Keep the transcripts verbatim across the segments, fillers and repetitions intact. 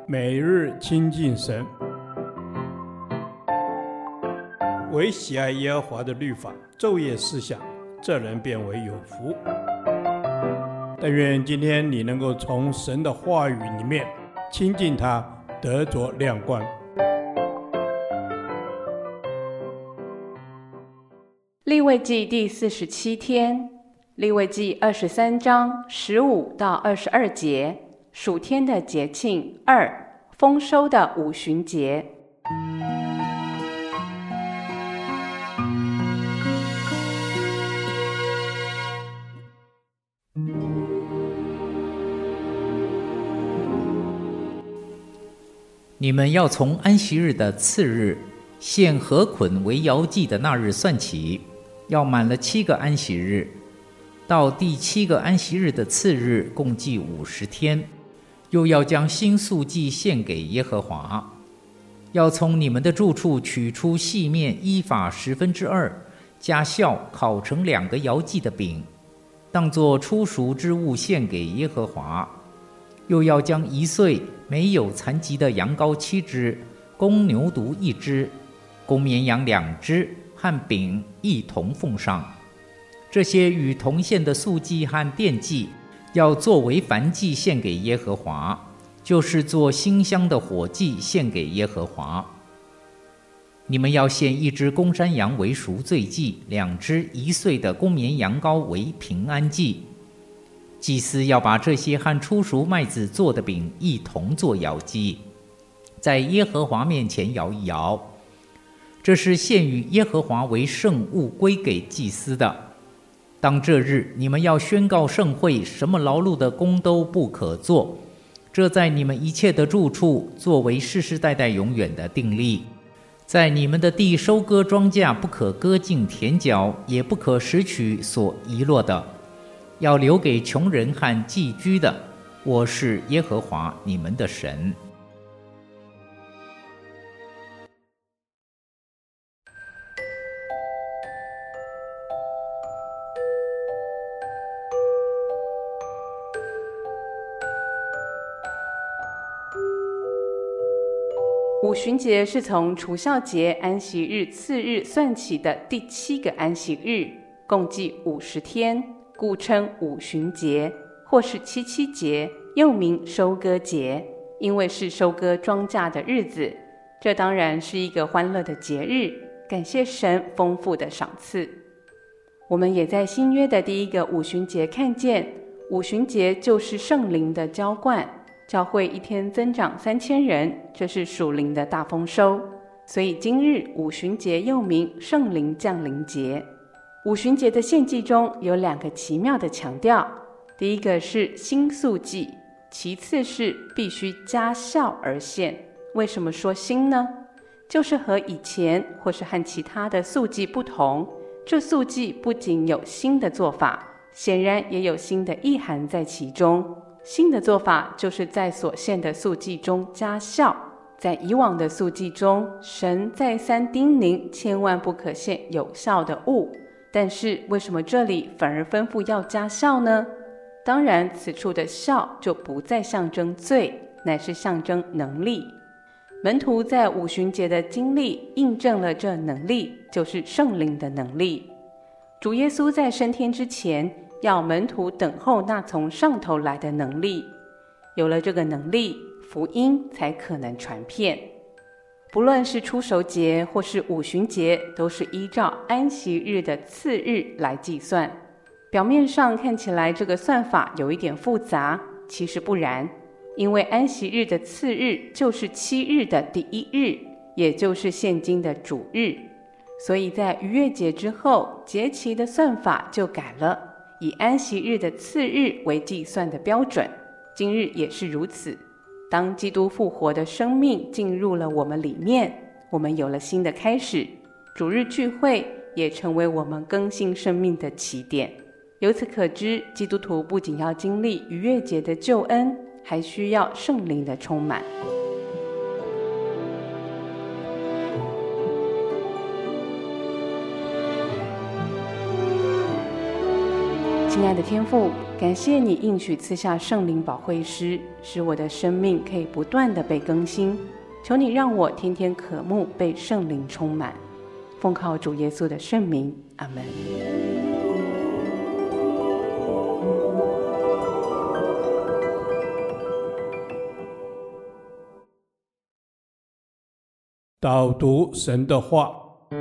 每日亲近神，唯喜爱耶和华的律法，昼夜思想，这人变为有福。但愿今天你能够从神的话语里面亲近他，得着亮光。 利未记第四十七天，利未记二十三章十五到二十二节，属天的节庆二，丰收的五旬节。 你们要从安息日的次日，献禾捆为摇祭的那日算起，要满了七个安息日，到第七个安息日的次日，共计五十天。又要将新素祭献给耶和华。要从你们的住处取出细面依法十分之二，加酵烤成两个摇祭的饼，当作初熟之物献给耶和华。又要将一岁没有残疾的羊羔七只，公牛犊一只，公绵羊两只，和饼一同奉上。这些与同献的素祭和奠祭，要作为燔祭献给耶和华，就是做馨香的火祭献给耶和华。你们要献一只公山羊为赎罪祭，两只一岁的公绵羊羔为平安祭。祭司要把这些和初熟麦子做的饼一同做摇祭，在耶和华面前摇一摇。这是献与耶和华为圣物，归给祭司的。当这日，你们要宣告盛会，什么劳碌的工都不可做。这在你们一切的住处，作为世世代代永远的定例。在你们的地收割庄稼，不可割尽田角，也不可拾取所遗落的，要留给穷人和寄居的。我是耶和华你们的神。 五旬节是从除酵节安息日次日算起的第七个安息日，共计五十天，故称五旬节，或是七七节，又名收割节，因为是收割庄稼的日子。这当然是一个欢乐的节日，感谢神丰富的赏赐。我们也在新约的第一个五旬节看见，五旬节就是圣灵的浇灌，教会一天增长三千人，这是属灵的大丰收。所以今日五旬节又名圣灵降临节。五旬节的献祭中有两个奇妙的强调，第一个是新素祭，其次是必须加酵而献。为什么说新呢？就是和以前或是和其他的素祭不同，这素祭不仅有新的做法，显然也有新的意涵在其中。新的做法就是在所献的素祭中加酵。在以往的素祭中，神再三叮咛千万不可献有酵的物，但是为什么这里反而吩咐要加酵呢？当然此处的酵就不再象征罪，乃是象征能力。门徒在五旬节的经历印证了这能力，就是圣灵的能力。主耶稣在升天之前，要门徒等候那从上头来的能力，有了这个能力，福音才可能传遍。不论是初熟节或是五旬节，都是依照安息日的次日来计算。表面上看起来这个算法有一点复杂，其实不然，因为安息日的次日就是七日的第一日，也就是现今的主日，所以在逾越节之后，节期的算法就改了，以安息日的次日为计算的标准。今日也是如此。当基督复活的生命进入了我们里面，我们有了新的开始，主日聚会也成为我们更新生命的起点。由此可知，基督徒不仅要经历逾越节的救恩，还需要圣灵的充满。亲亲爱的天父，感谢你应许赐下圣灵保惠师，使我的生命可以不断地被更新。求你让我天天渴慕被圣灵充满。奉靠主耶稣的圣名，阿们。 导读神的话，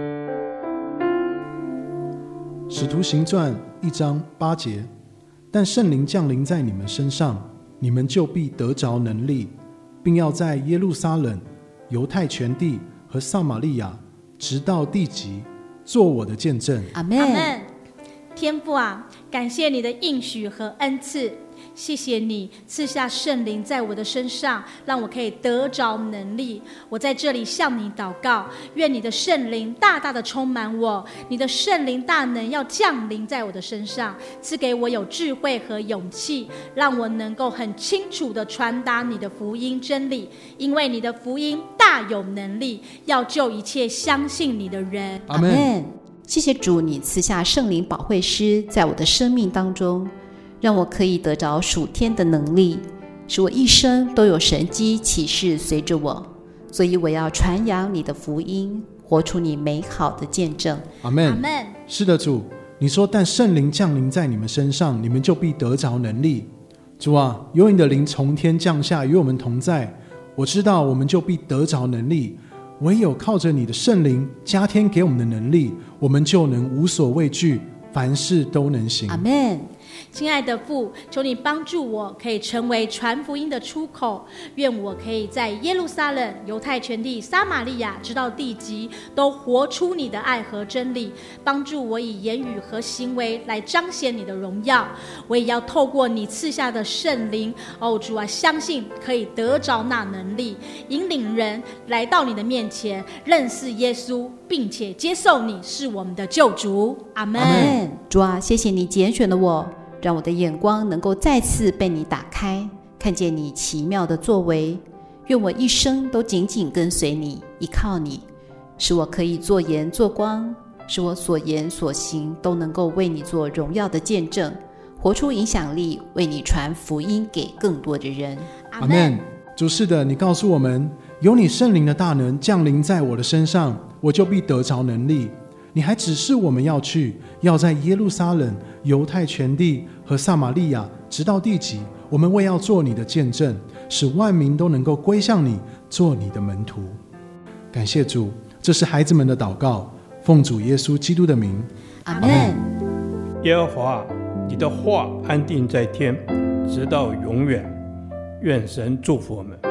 使徒行传一章八节，但圣灵降临在你们身上，你们就必得着能力，并要在耶路撒冷、犹太全地和撒玛利亚，直到地极，做我的见证。 阿们。天父啊，感谢你的应许和恩赐，谢谢你赐下圣灵在我的身上，让我可以得着能力。我在这里向你祷告，愿你的圣灵大大的充满我，你的圣灵大能要降临在我的身上，赐给我有智慧和勇气，让我能够很清楚地传达你的福音真理，因为你的福音大有能力，要救一切相信你的人。 阿们。 谢谢主，你赐下圣灵保惠师在我的生命当中，让我可以得着属天的能力，使我一生都有神迹奇事随着我。所以我要传扬你的福音，活出你美好的见证。 阿们。是的，主，你说但圣灵降临在你们身上，你们就必得着能力。主啊，有你的灵从天降下，与我们同在，我知道我们就必得着能力。唯有靠着你的圣灵加添给我们的能力，我们就能无所畏惧，凡事都能行。 阿们。 亲爱的父，求你帮助我可以成为传福音的出口，愿我可以在耶路撒冷、犹太全地、撒玛利亚直到地极，都活出你的爱和真理，帮助我以言语和行为来彰显你的荣耀。我也要透过你赐下的圣灵，哦主啊，相信可以得着那能力，引领人来到你的面前，认识耶稣，并且接受你是我们的救主。阿们。 主啊，谢谢你拣选了我，让我的眼光能够再次被你打开，看见你奇妙的作为。愿我一生都紧紧跟随你，依靠你，使我可以做盐做光，使我所言所行都能够为你做荣耀的见证，活出影响力，为你传福音给更多的人。 阿们。主，是的，你告诉我们，有你圣灵的大能降临在我的身上，我就必得着能力。你还指示我们要去，要在耶路撒冷、犹太全地和撒玛利亚直到地极，我们为要做你的见证，使万民都能够归向你，做你的门徒。感谢主，这是孩子们的祷告，奉主耶稣基督的名， 阿们。 耶和华，你的话安定在天，直到永远。愿神祝福我们。